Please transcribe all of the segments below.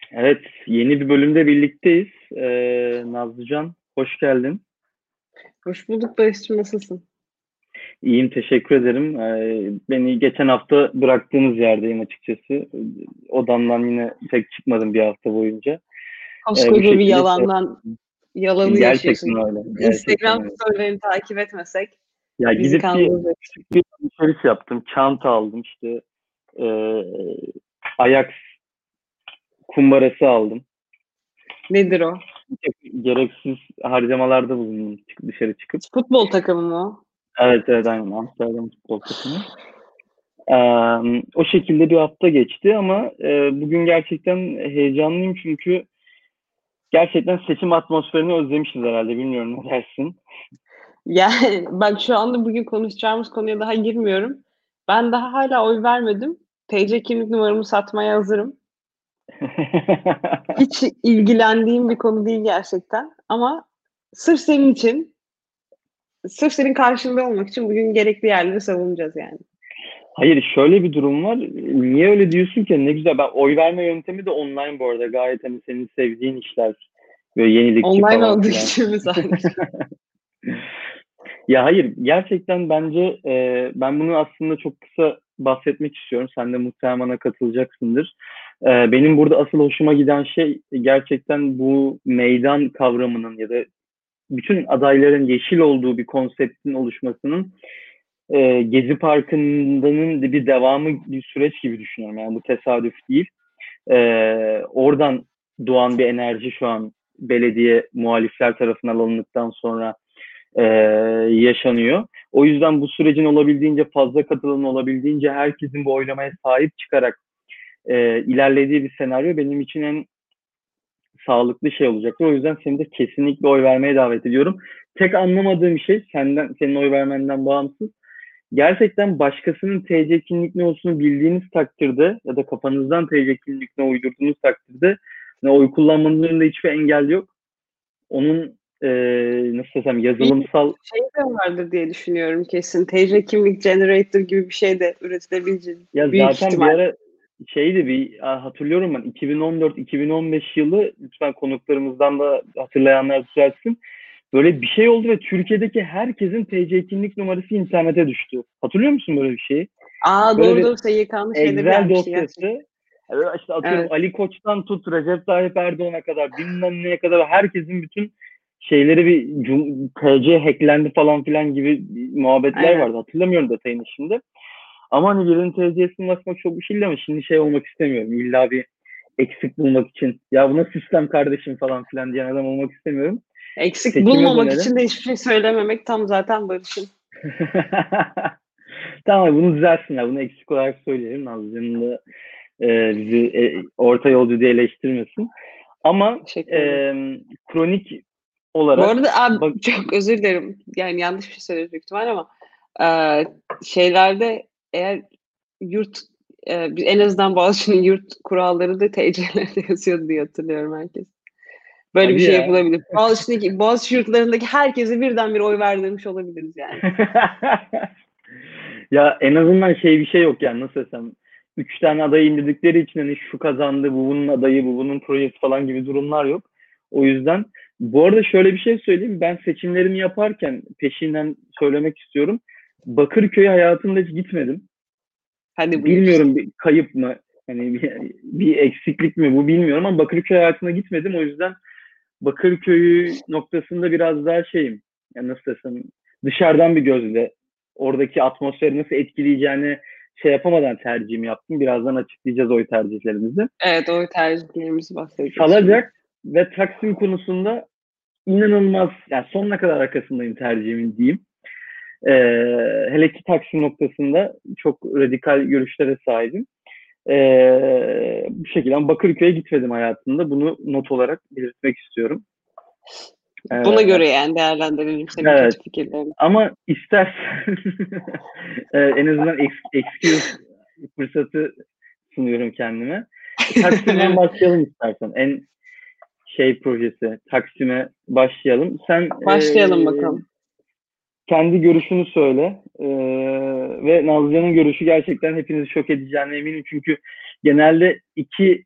Evet, yeni bir bölümde birlikteyiz. Nazlıcan, hoş geldin. Hoş bulduk Barış'cığım, nasılsın? İyiyim, teşekkür ederim. Beni geçen hafta bıraktığınız yerdeyim açıkçası. Odamdan yine pek çıkmadım bir hafta boyunca. Bu Koskoca bir şekilde yalandan yalanı gerçekten yaşıyorsun. öyle, gerçekten Instagram öyle. storylerini takip etmesek Ya bizi gidip bir kandıracak. küçük bir alışveriş yaptım, çanta aldım, işte ee, ayak kumbarası aldım. Nedir o? Gereksiz harcamalarda bulundum dışarı çıkıp. Futbol takımı mı o? Evet, evet, aynen Amsterdam futbol takımı. O şekilde bir hafta geçti ama bugün gerçekten heyecanlıyım çünkü gerçekten seçim atmosferini özlemişiz herhalde. Bilmiyorum ne dersin? Yani bak şu anda bugün konuşacağımız konuya daha girmiyorum. Ben daha hala oy vermedim. TC kimlik numaramı satmaya hazırım. Hiç ilgilendiğim bir konu değil gerçekten. Ama sırf senin için, sırf senin karşında olmak için bugün gerekli yerleri savunacağız yani. Hayır, şöyle bir durum var. Niye öyle diyorsun ki? Ne güzel. Ben oy verme yöntemi de online bu arada. Gayet hani senin sevdiğin işler. Böyle yenilikçi Online falan olduğu filan. için mi sadece? Ya hayır, gerçekten bence ben bunu aslında çok kısa bahsetmek istiyorum. Sen de muhtemelen bana katılacaksındır. Benim burada asıl hoşuma giden şey gerçekten bu meydan kavramının ya da bütün adayların yeşil olduğu bir konseptin oluşmasının Gezi Parkı'nın bir devamı, bir süreç gibi düşünüyorum. Yani bu tesadüf değil. Oradan doğan bir enerji şu an belediye muhalifler tarafından alındıktan sonra e, yaşanıyor. O yüzden bu sürecin olabildiğince fazla katılan, olabildiğince herkesin bu oylamaya sahip çıkarak ilerlediği bir senaryo benim için en sağlıklı şey olacaktır. O yüzden seni de kesinlikle oy vermeye davet ediyorum. Tek anlamadığım şey senin oy vermenden bağımsız. Gerçekten başkasının TC kimlik ne olduğunu bildiğiniz takdirde ya da kafanızdan TC kimlik ne uydurduğunuz takdirde oy kullanmanızın da hiçbir engel yok. Onun nasıl desem Bir yazılımsal şey de vardır diye düşünüyorum kesin. TC kimlik generator gibi bir şey de üretilebilecek ya büyük zaten bir ihtimal. ara şeydi bir hatırlıyorum ben 2014-2015 yılı lütfen konuklarımızdan da hatırlayanlar düzeltsin. Böyle bir şey oldu ve Türkiye'deki herkesin TC kimlik numarası internete düştü. Hatırlıyor musun böyle bir şeyi? Aa, Böyle doğru bir doğru, SYK'nın şeyleri Excel gelmişti dosyası. gerçekten. İşte atıyorum Evet. Ali Koç'tan tut Recep Tayyip Erdoğan'a kadar bilmem neye kadar herkesin bütün şeyleri bir TC hacklendi falan filan gibi muhabbetler Aynen. vardı. Hatırlamıyorum detayını şimdi. Ama hani birinin TC'sini basmak çok bir şey değil ama şimdi şey olmak istemiyorum. İlla bir eksik bulmak için. Ya buna sistem kardeşim falan filan diyen adam olmak istemiyorum. Eksik Seçime bulmamak için dönelim. de hiçbir şey söylememek tam zaten Barış'ın. Tamam bunu düzelsinler. Bunu eksik olarak söyleyelim. Nazlı'nın da bizi orta yolcu diye eleştirmesin. Ama Teşekkür ederim. kronik Bu olarak arada bak abi, çok özür dilerim. Yani yanlış bir şey söyledim büyük ihtimal ama şeylerde eğer yurt en azından Boğaziçi'nin yurt kuralları da TC'lerde yazıyordu diye hatırlıyorum herkes. Böyle bir hadi şey ya. yapılabilir. Boğaziçi yurtlarındaki herkese birden bir oy verdirmiş olabiliriz yani. Ya en azından şey bir şey yok yani nasıl desem. Üç tane adayı indirdikleri için hani şu kazandı, bu bunun adayı, bu bunun projesi falan gibi durumlar yok. O yüzden bu arada şöyle bir şey söyleyeyim. Ben seçimlerimi yaparken peşinden söylemek istiyorum. Bakırköy'e hayatımda hiç gitmedim. Hadi buyur. Bilmiyorum bir kayıp mı? Hani bir eksiklik mi bu bilmiyorum ama Bakırköy hayatına gitmedim. O yüzden Bakırköy noktasında biraz daha şeyim. Yani nasıl desem dışarıdan bir gözle oradaki atmosferi nasıl etkileyeceğini şey yapamadan tercihimi yaptım. Birazdan açıklayacağız oy tercihlerimizi. Evet, oy tercihlerimizi bahsedeceğiz şimdi. Salacak ve Taksim konusunda inanılmaz yani sonuna kadar arkasındayım tercihimin diyeyim. Hele ki Taksim noktasında çok radikal görüşlere sahibim. Bu şekilde ama Bakırköy'e gitmedim hayatımda. Bunu not olarak belirtmek istiyorum. Buna Ee, göre yani değerlendirelim senin evet. kötü fikirlerini. Ama istersen en azından excuse fırsatı sunuyorum kendime. Taksim'den Evet. başlayalım istersen. En şey projesi Taksim'e başlayalım. Sen Başlayalım bakalım. kendi görüşünü söyle. Ve Nazlıcan'ın görüşü gerçekten hepinizi şok edeceğine eminim. Çünkü genelde iki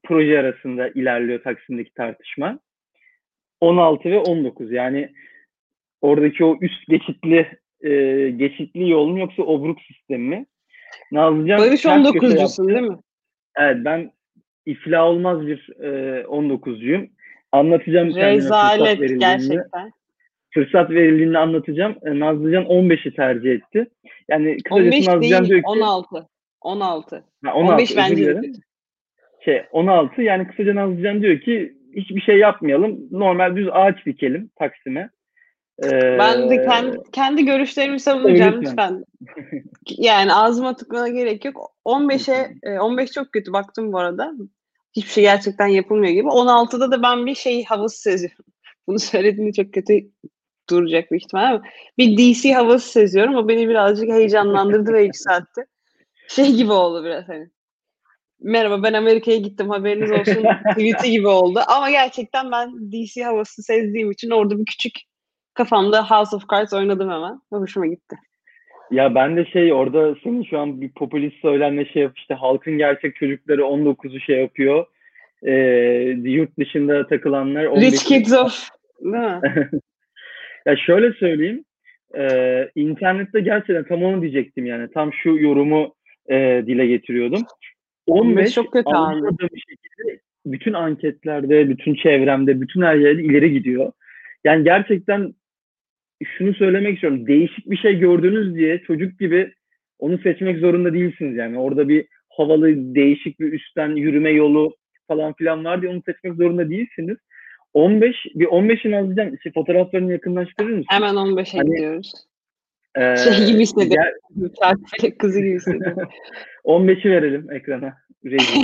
proje arasında ilerliyor Taksim'deki tartışma. 16 ve 19 yani oradaki o üst geçitli yol mu yoksa obruk sistemi mi? Nazlıcan Barış ters köşe 19'cusun yaptı. değil mi? Evet, ben iflah olmaz bir 19'cuyum. Anlatacağım kendime Rezalet gerçekten. Fırsat verildiğinde anlatacağım. Nazlıcan 15'i tercih etti. Yani kısacası 15 Nazlıcan değil, diyor ki 16. 16. 16, 15 özür bence de kötü. dilerim. 16 yani kısaca Nazlıcan diyor ki hiçbir şey yapmayalım. Normal düz ağaç dikelim Taksim'e. Ben de Ee, kendi görüşlerimi tabii savunacağım lütfen. lütfen. Yani ağzıma tıkmana gerek yok. 15 çok kötü baktım bu arada. Hiçbir şey gerçekten yapılmıyor gibi. 16'da da ben bir şey havası seziyorum. Bunu söylediğinde çok kötü duracak büyük ihtimalle ama bir DC havası seziyorum. O beni birazcık heyecanlandırdı ve yükseltti. Şey gibi oldu biraz hani. Merhaba, ben Amerika'ya gittim, haberiniz olsun tweet'i gibi oldu. Ama gerçekten ben DC havası sezdiğim için orada bir küçük kafamda House of Cards oynadım hemen. Hoşuma gitti. Ya ben de orada senin şu an bir popülist söylemle işte halkın gerçek çocukları 19'u şey yapıyor. Yurt dışında takılanlar Rich 15'i. Kids of, değil mi? Ya şöyle söyleyeyim. İnternette gerçekten tam onu diyecektim yani. Tam şu yorumu dile getiriyordum. 15 15 çok kötü abi. anlamadığım şekilde bütün anketlerde, bütün çevremde, bütün her yerde ileri gidiyor. Yani gerçekten şunu söylemek istiyorum. Değişik bir şey gördünüz diye çocuk gibi onu seçmek zorunda değilsiniz yani. Orada bir havalı, değişik bir üstten yürüme yolu falan filan var diye onu seçmek zorunda değilsiniz. 15'in azlıcan fotoğraflarını yakınlaştırır mısın? Hemen 15'e Hani gidiyoruz. Şey gibi hissediyorum. gel, Takip kızı gibi hissediyorum. 15'i verelim ekrana. Reji.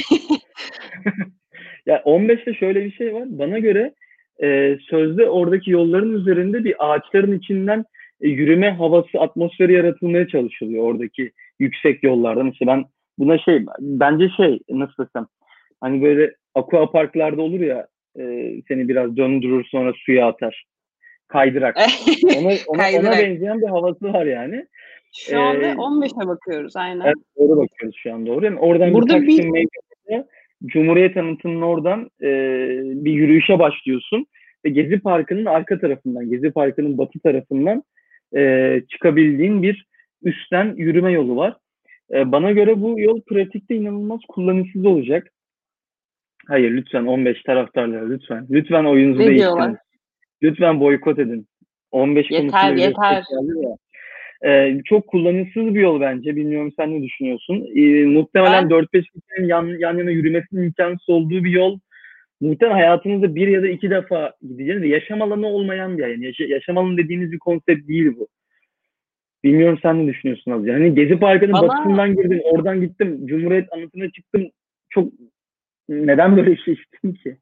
Ya 15'te şöyle bir şey var. Bana göre sözde oradaki yolların üzerinde bir ağaçların içinden yürüme havası, atmosferi yaratılmaya çalışılıyor oradaki yüksek yollardan. İşte ben buna bence nasıl desem, hani böyle aqua parklarda olur ya, seni biraz döndürür sonra suya atar. Kaydırak. Ona Kaydırak. benzeyen bir havası var yani. Şu anda E, 15'e bakıyoruz Evet, aynen. doğru bakıyoruz şu an, doğru. Yani oradan bir Burada bir Taksim Meydanı'na, Cumhuriyet Anıtı'nın oradan bir yürüyüşe başlıyorsun. Ve Gezi Parkı'nın arka tarafından, Gezi Parkı'nın batı tarafından çıkabildiğin bir üstten yürüme yolu var. Bana göre bu yol pratikte inanılmaz kullanışsız olacak. Hayır, lütfen 15 taraftarları, lütfen. Lütfen oyunuzu ne diyorlar? değiştirin. Lütfen boykot edin. 15 Yeter konusunda biraz yeter. geldi ya. Çok kullanışsız bir yol bence. Bilmiyorum, sen ne düşünüyorsun? Muhtemelen Ben 4-5 kişinin yan yana yürümesinin imkansız olduğu bir yol. Muhtemelen hayatınızda bir ya da iki defa gideceğiniz ve yaşam alanı olmayan bir yer. Yani yaşam alanı dediğiniz bir konsept değil bu. Bilmiyorum, sen ne düşünüyorsun az? Yani Gezi Parkı'nın bana batısından girdim, oradan gittim, Cumhuriyet Anıtı'na çıktım. Çok neden böyle bir şey içtin ki?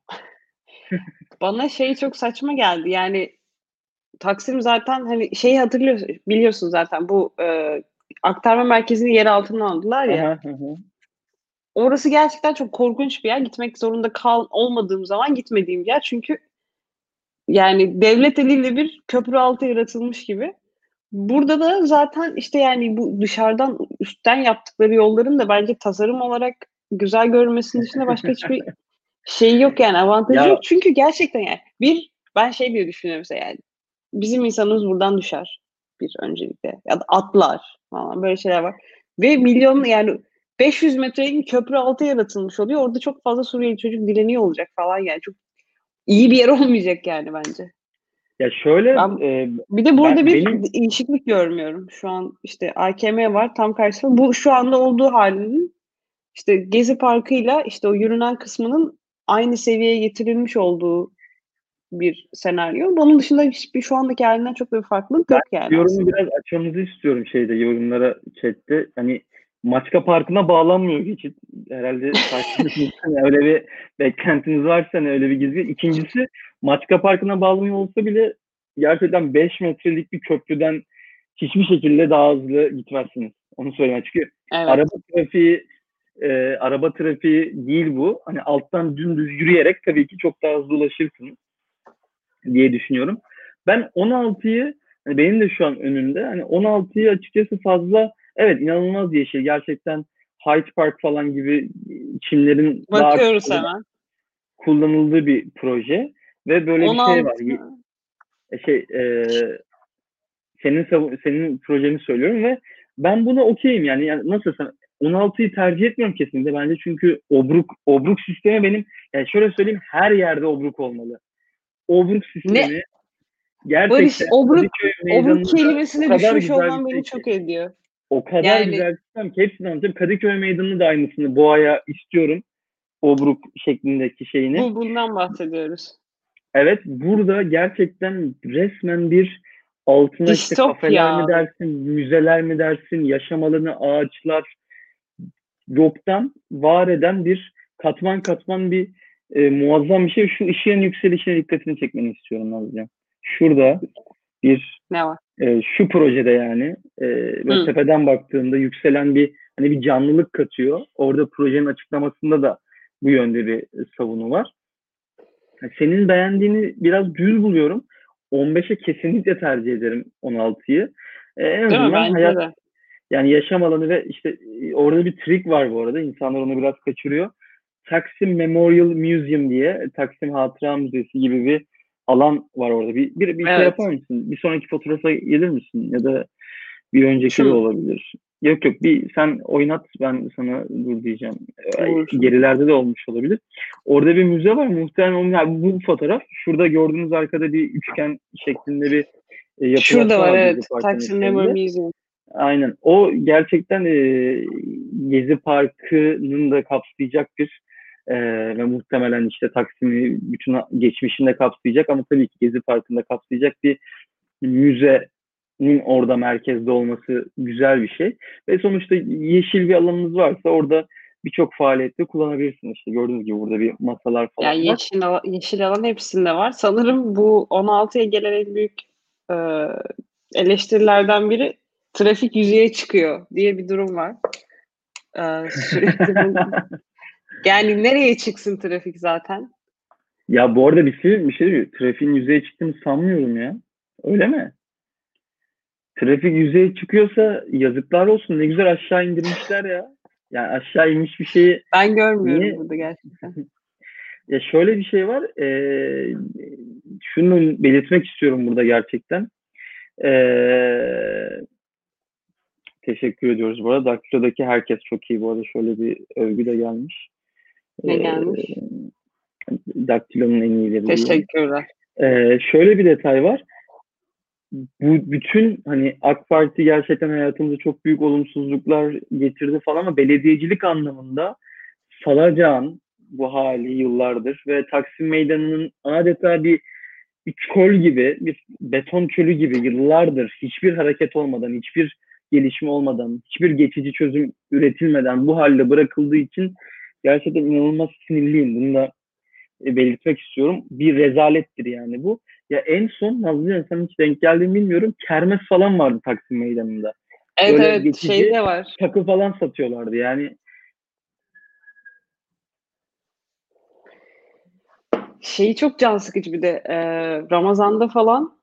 bana şey çok saçma geldi. Yani Taksim zaten hani şeyi hatırlıyorsun, biliyorsun zaten bu aktarma merkezini yer altına aldılar ya. Aha, aha. Orası gerçekten çok korkunç bir yer. Gitmek zorunda olmadığım zaman gitmediğim bir yer. Çünkü yani devlet eliyle bir köprü altı yaratılmış gibi. Burada da zaten işte yani bu dışarıdan üstten yaptıkları yolların da bence tasarım olarak güzel görünmesinin dışında başka hiçbir şey yok yani avantajı yok. Ya Çünkü gerçekten yani ben şey diye düşünüyorum mesela yani bizim insanımız buradan düşer bir öncelikle ya da atlar falan böyle şeyler var. Ve milyon yani 500 metrelik köprü altı yaratılmış oluyor. Orada çok fazla Suriyeli çocuk dileniyor olacak falan yani. Çok iyi bir yer olmayacak yani bence. ya şöyle Ben e, bir de burada ben bir benim değişiklik görmüyorum. Şu an işte AKM var tam karşısında. Bu şu anda olduğu halinin işte Gezi Parkı'yla işte o yürünen kısmının aynı seviyeye getirilmiş olduğu bir senaryo. Bunun dışında hiçbir şu andaki halinden çok da bir farklılık Ben yok yani yorumu aslında. biraz açmamızı istiyorum yorumlara, chatte. Hani Maçka Parkı'na bağlanmıyor geçit. Herhalde farkındasınız. Hani öyle bir beklentiniz varsa, hani öyle bir gizli. İkincisi, Maçka Parkı'na bağlanıyor olsa bile gerçekten 5 metrelik bir köprüden hiçbir şekilde daha hızlı gitmezsiniz. Onu söyleyeyim. Çünkü Evet. araba trafiği araba trafiği değil bu. Hani alttan dümdüz yürüyerek tabii ki çok daha hızlı ulaşırsınız diye düşünüyorum. Ben 16'yı, hani benim de şu an önümde, hani 16'yı açıkçası fazla, evet, inanılmaz yeşil. Gerçekten Hyde Park falan gibi çimlerin daha Bakıyoruz hemen. kullanıldığı bir proje ve böyle bir şey var. 16 Şey senin projeni söylüyorum ve ben buna okeyim yani nasıl sen 16'yı tercih etmiyorum kesinlikle bence çünkü obruk sistemi benim yani şöyle söyleyeyim her yerde obruk olmalı. Obruk ne? sistemi Barış, gerçekten obruk, Kadıköy obruk Meydanı'nda o kelimesini kadar düşmüş güzel bir olman şey beni ki. çok ediyor. O kadar Yani güzel bir sistem ki hepsini anlatayım. Kadıköy Meydanı'nı da aynısını Boğa'ya istiyorum. Obruk şeklindeki şeyini. bundan bahsediyoruz. Evet burada gerçekten resmen bir altına işte kafeler mi Distopya. dersin, müzeler mi dersin, yaşam alanı, ağaçlar yoktan var eden bir katman katman bir muazzam bir şey. Şu ışığın yükselişine dikkatini çekmeni istiyorum Nazlıcan. Şurada bir Ne var? şu projede yani böyle Hı. tepeden baktığında yükselen bir hani bir canlılık katıyor. Orada projenin açıklamasında da bu yönde bir savunu var. Senin beğendiğini biraz düz buluyorum. 15'e kesinlikle tercih ederim 16'yı. En Değil mi? azından Bence hayat de. yani yaşam alanı ve işte orada bir trik var bu arada. İnsanlar onu biraz kaçırıyor. Taksim Memorial Museum diye Taksim Hatıra Müzesi gibi bir alan var orada. Bir şey Evet. yapar mısın? Bir sonraki fotoğrafa gelir misin? Ya da bir önceki Şu de mu? olabilir. Yok yok bir sen oynat ben sana dur diyeceğim. Uğursun. Gerilerde de olmuş olabilir. Orada bir müze var muhtemelen yani bu fotoğraf şurada gördüğünüz arkada bir üçgen şeklinde bir Şurada yapılaşma var var Gezi evet. Parkı'nın Taksim Memory içinde. Museum. Aynen. O gerçekten Gezi Parkı'nın da kapsayacak bir ve muhtemelen işte Taksim'i bütün geçmişinde kapsayacak ama tabii ki Gezi Parkı'nda kapsayacak bir müzenin orada merkezde olması güzel bir şey. Ve sonuçta yeşil bir alanınız varsa orada birçok faaliyette kullanabilirsiniz. İşte gördüğünüz gibi burada bir masalar Yani falan var. yeşil alan hepsinde var. Sanırım bu 16'ya gelen en büyük e, eleştirilerden biri trafik yüzeye çıkıyor diye bir durum var. Sürekli bu. Yani nereye çıksın trafik zaten? Ya bu arada bir şey diyor. Trafiğin yüzeye çıktığını sanmıyorum ya. Öyle mi? Trafik yüzeye çıkıyorsa yazıklar olsun. Ne güzel aşağı indirmişler ya. Yani aşağı inmiş bir şeyi Ben görmüyorum niye? burada gerçekten. Ya şöyle bir şey var. Şunu belirtmek istiyorum burada gerçekten. Teşekkür ediyoruz bu arada. Daktilo'daki herkes çok iyi bu arada. Şöyle bir övgü de gelmiş. Ne Ee, gelmiş? Daktilo'nun en iyileri diye. Teşekkürler. Şöyle bir detay var. Bu bütün hani AK Parti gerçekten hayatımıza çok büyük olumsuzluklar getirdi falan ama belediyecilik anlamında Salacağın bu hali yıllardır ve Taksim Meydanı'nın adeta bir çöl gibi, bir beton çölü gibi yıllardır hiçbir hareket olmadan, hiçbir gelişme olmadan, hiçbir geçici çözüm üretilmeden bu halde bırakıldığı için gerçekten inanılmaz sinirliyim. Bunu da belirtmek istiyorum. Bir rezalettir yani bu. Ya en son Nazlıcan sen hiç denk geldiğini bilmiyorum. Kermes falan vardı Taksim Meydanı'nda. Evet Böyle evet şey geçici de var. takı falan satıyorlardı. Yani Şeyi çok can sıkıcı bir de Ramazan'da falan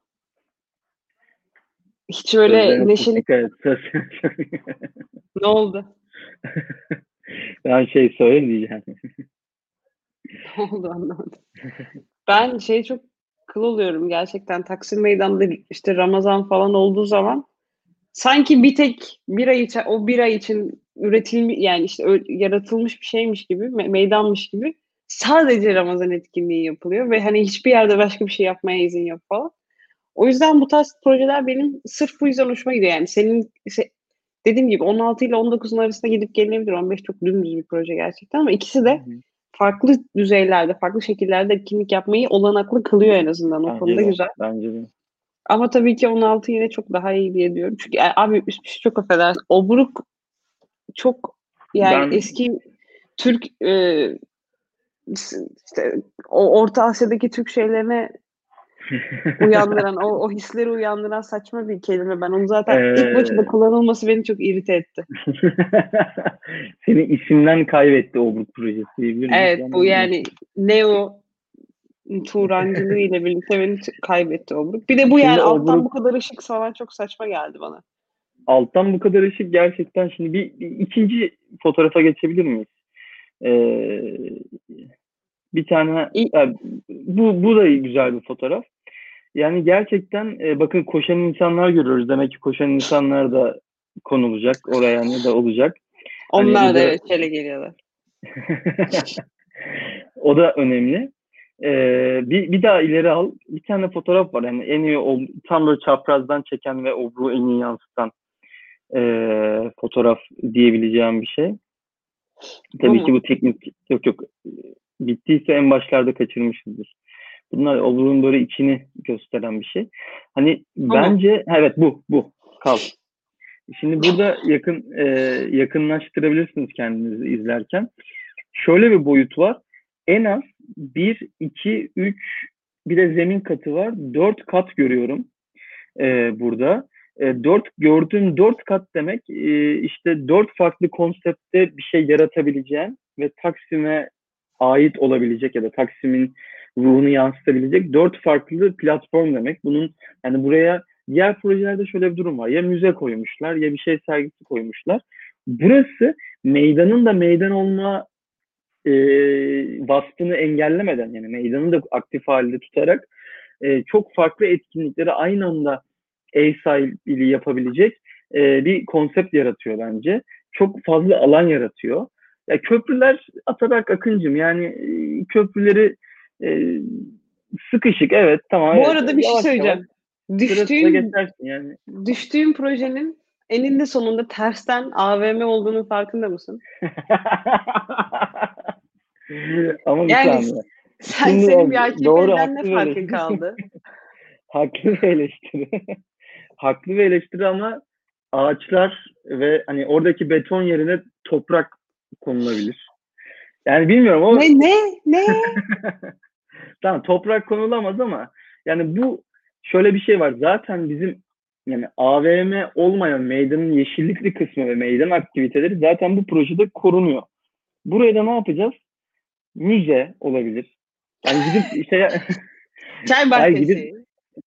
hiç öyle sözlerine çok neşeli dikkat et. ne oldu? Ben şey söyleyeceğim. Ne oldu anlamadım. Ben şey çok kıl oluyorum gerçekten Taksim Meydanı'nda işte Ramazan falan olduğu zaman sanki bir tek bir ay için o bir ay için üretilmiş yani işte yaratılmış bir şeymiş gibi meydanmış gibi sadece Ramazan etkinliği yapılıyor ve hani hiçbir yerde başka bir şey yapmaya izin yok falan. O yüzden bu tarz projeler benim sırf bu yüzden hoşuma gidiyor. Yani dediğim gibi 16 ile 19'un arasında gidip gelinebilir. 15 çok dümdüz bir proje gerçekten ama ikisi de farklı düzeylerde, farklı şekillerde etkinlik yapmayı olanaklı kılıyor en azından. O Bence konuda de. güzel. Bence de. Ama tabii ki 16 yine çok daha iyi diye diyorum. Çünkü abi çok affedersin. Obruk çok yani Ben eski Türk işte o Orta Asya'daki Türk şeylerine uyandıran, o hisleri uyandıran saçma bir kelime. Ben onu zaten ilk başında eee kullanılması beni çok irite etti. seni isimden kaybetti Obruk projesi diyebilir miyiz? Evet bu yani Neo Turancılığı ile birlikte beni kaybetti Obruk. Bir de bu Şimdi yani alttan bu Obruk kadar ışık falan çok saçma geldi bana. alttan bu kadar ışık gerçekten şimdi bir ikinci fotoğrafa geçebilir miyiz? Eee Bir tane İ- bu da güzel bir fotoğraf. Yani gerçekten bakın koşan insanlar görüyoruz. Demek ki koşan insanlar da konulacak oraya ya da olacak. Hani Onlar da izleme evet şöyle geliyorlar. o da önemli. Bir daha ileri al. Bir tane fotoğraf var. Yani en iyi tam böyle çaprazdan çeken ve obruğu en iyi yansıtan fotoğraf diyebileceğim bir şey. Bu Tabii ki mu? bu teknik yok. Bittiyse en başlarda kaçırmışızdır. Bunlar obruğun böyle içini gösteren bir şey. Hani Bu mu? bence evet bu kal. Şimdi burada yakınlaştırabilirsiniz kendinizi izlerken. Şöyle bir boyut var. En az bir 2 3 bir de zemin katı var. 4 kat görüyorum burada. Gördüğüm 4 kat demek işte 4 farklı konseptte bir şey yaratabileceğin ve Taksim'e ait olabilecek ya da Taksim'in ruhunu yansıtabilecek 4 farklı platform demek. Bunun yani buraya diğer projelerde şöyle bir durum var. Ya müze koymuşlar ya bir şey sergisi koymuşlar. Burası meydanın da meydan olma e, vasfını engellemeden yani meydanı da aktif halde tutarak çok farklı etkinlikleri aynı anda ev sahipliği yapabilecek bir konsept yaratıyor bence. Çok fazla alan yaratıyor. Ya köprüler Ataberk Akıncım yani köprüleri e, sıkışık evet tamam Bu evet arada bir şey yavaş yavaş söyleyeceğim. sıra sıra Düştüğüm geçersin yani. düştüğüm projenin eninde sonunda tersten AVM olduğunu farkında mısın? Ama bir Yani saniye. Şimdi senin bir doğru AKP'liden ne haklı bir farkın eleştiri. kaldı? Haklı bir eleştiri. Haklı bir eleştiri ama ağaçlar ve hani oradaki beton yerine toprak konulabilir. Yani bilmiyorum o Ne? tamam toprak konulamaz ama yani bu şöyle bir şey var. Zaten bizim yani AVM olmayan meydanın yeşillikli kısmı ve meydan aktiviteleri zaten bu projede korunuyor. Buraya da ne yapacağız? Müze olabilir. Yani gidip işte Çay ay gidip bahçesi.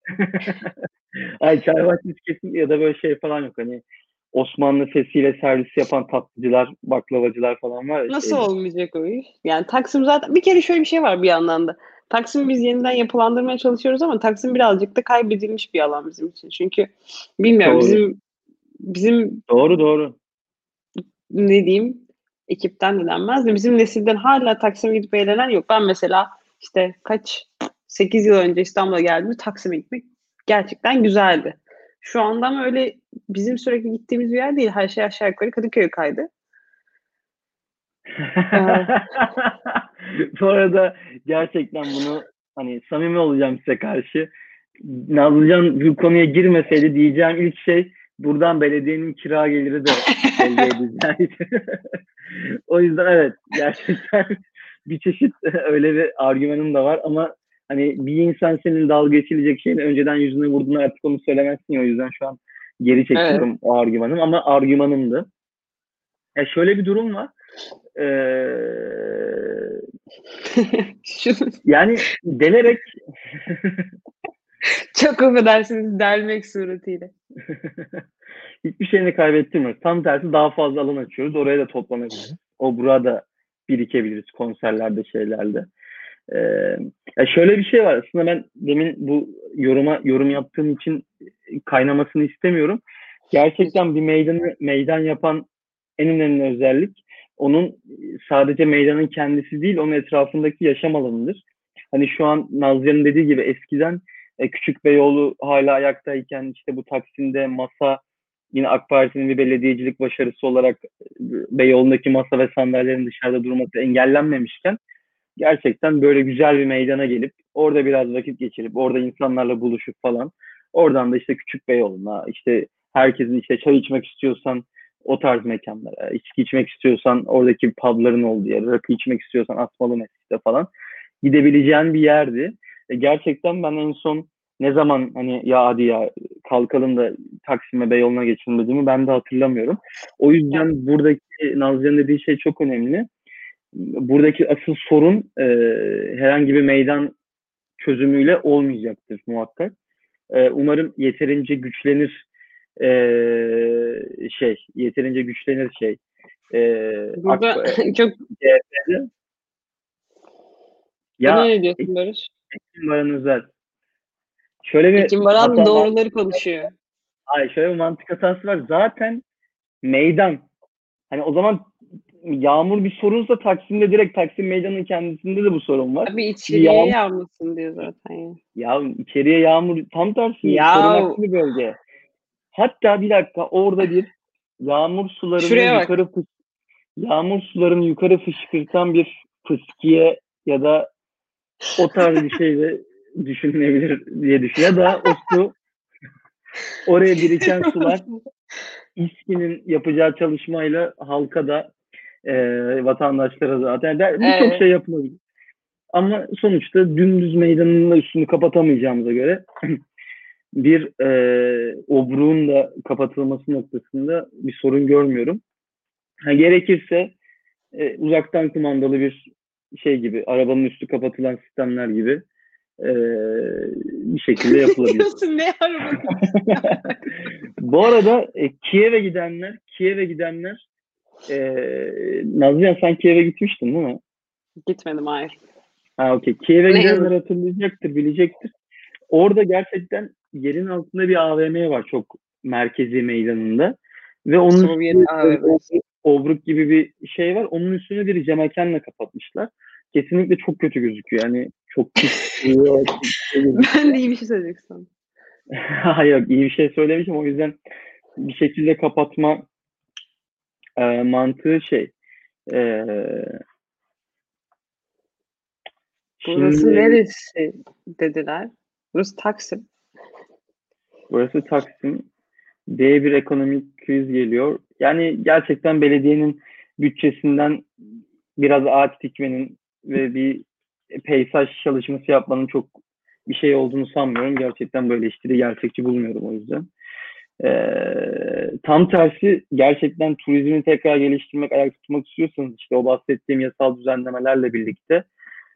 ay çay bahçesi kesin ya da böyle şey falan yok. Hani Osmanlı fesiyle servis yapan tatlıcılar, baklavacılar falan var ya Nasıl şeyde. olmayacak o iş? Yani Taksim zaten bir kere şöyle bir şey var bir yandan da. Taksim'i biz yeniden yapılandırmaya çalışıyoruz ama Taksim birazcık da kaybedilmiş bir alan bizim için. Çünkü bilmiyorum Doğru. bizim Doğru. ne diyeyim ekipten de denmez de bizim nesilden hala Taksim'e gidip eğlenen yok. Ben mesela işte 8 yıl önce İstanbul'a geldiğimde Taksim'e gitmek gerçekten güzeldi. Şu anda ama öyle bizim sürekli gittiğimiz bir yer değil. Her şey aşağı yukarı Kadıköy'e kaydı. Ee, Bu arada gerçekten bunu hani samimi olacağım size karşı. Nazlıcan bu konuya girmeseydi diyeceğim ilk şey buradan belediyenin kira geliri de elde edeceğiz. O yüzden evet gerçekten bir çeşit öyle bir argümanım da var ama hani bir insan senin dalga geçilecek şeyin önceden yüzüne vurduğunu artık onu söylemezsin ya, o yüzden şu an geri evet. çekiyorum o argümanım ama argümanımdı. Şöyle bir durum var. Ee, Şunu, yani delerek çok affedersiniz delmek suretiyle. hiçbir şeyini kaybettirmiyoruz. Tam tersi daha fazla alan açıyoruz. Oraya da toplanabiliriz. O burada birikebiliriz konserlerde şeylerde. Ee, şöyle bir şey var. Aslında ben demin bu yorum yaptığım için kaynamasını istemiyorum. Gerçekten bir meydanı meydan yapan en önemli özellik onun sadece meydanın kendisi değil, onun etrafındaki yaşam alanıdır. Hani şu an Nazlı'nın dediği gibi eskiden Küçük Beyoğlu hala ayaktayken işte bu Taksim'de masa yine AK Parti'nin bir belediyecilik başarısı olarak Beyoğlu'ndaki masa ve sandalyelerin dışarıda durması engellenmemişken gerçekten böyle güzel bir meydana gelip orada biraz vakit geçirip orada insanlarla buluşup falan oradan da işte Küçük Beyoğlu'na işte herkesin işte çay içmek istiyorsan o tarz mekanlara, içki içmek istiyorsan oradaki pubların olduğu yer, rakı içmek istiyorsan Asmalı Mescid'de falan gidebileceğin bir yerdi. Gerçekten ben en son ne zaman hani ya hadi ya kalkalım da Taksim'e Beyoğlu'na geçelim dediğimi ben de hatırlamıyorum. O yüzden buradaki Nazlı'nın dediği şey çok önemli. Buradaki asıl sorun herhangi bir meydan çözümüyle olmayacaktır muhakkak. Umarım yeterince güçlenir yeterince güçlenir Burada çok CHP'de. Buna Ya ne diyorsun Barış? Ekim Baran Özel. Şöyle bir Ekim Baran hata, doğruları konuşuyor. şöyle bir mantık hatası var. Zaten meydan. Hani o zaman yağmur bir sorunsa Taksim'de, direkt Taksim Meydanı'nın kendisinde de bu sorun var. Abi Çünkü içeriye yağmasın diyor zaten ya. ya içeriye yağmur, tam tersi Ya korunaklı bir bölge. Hatta bir dakika, orada bir yağmur sularını şuraya bak. yukarı yağmur sularını yukarı fışkırtan bir fıskiye ya da o tarz bir şey de düşünülebilir diye düşünüyorum. Ya da o su, oraya biriken sular İSKİ'nin yapacağı çalışmayla halka da vatandaşlara zaten birçok Evet. şey yapılabilir. Ama sonuçta dümdüz meydanın da üstünü kapatamayacağımıza göre bir obruğun da kapatılması noktasında bir sorun görmüyorum. Gerekirse uzaktan kumandalı bir şey gibi, arabanın üstü kapatılan sistemler gibi e, bir şekilde yapılabilir. Diyorsun ne arabanın? Bu arada Kiev'e gidenler Nazlıcan, sen Kiev'e gitmiştin değil mi? Gitmedim hayır. Okey. Kiev'e Ne gidenler yazık. hatırlayacaktır, bilecektir. Orada gerçekten yerin altında bir AVM var, çok merkezi meydanında. Ve onun Sovyet üstünde AVM'si. obruk gibi bir şey var. Onun üstünü bir camekanla kapatmışlar. Kesinlikle çok kötü gözüküyor. Yani çok pis duruyor. Ben de iyi bir şey söyleyeceksin. Hayır, iyi bir şey söylemişim. O yüzden bir şekilde kapatma mantığı şey. E, Burası şimdi neresi dediler. Burası Taksim. burası Taksim. Bir ekonomik kriz geliyor. Yani gerçekten belediyenin bütçesinden biraz ağaç dikmenin ve bir peyzaj çalışması yapmanın çok bir şey olduğunu sanmıyorum. Gerçekten böyle eleştiri gerçekçi bulmuyorum o yüzden. Tam tersi, gerçekten turizmi tekrar geliştirmek, ayak tutmak istiyorsanız işte o bahsettiğim yasal düzenlemelerle birlikte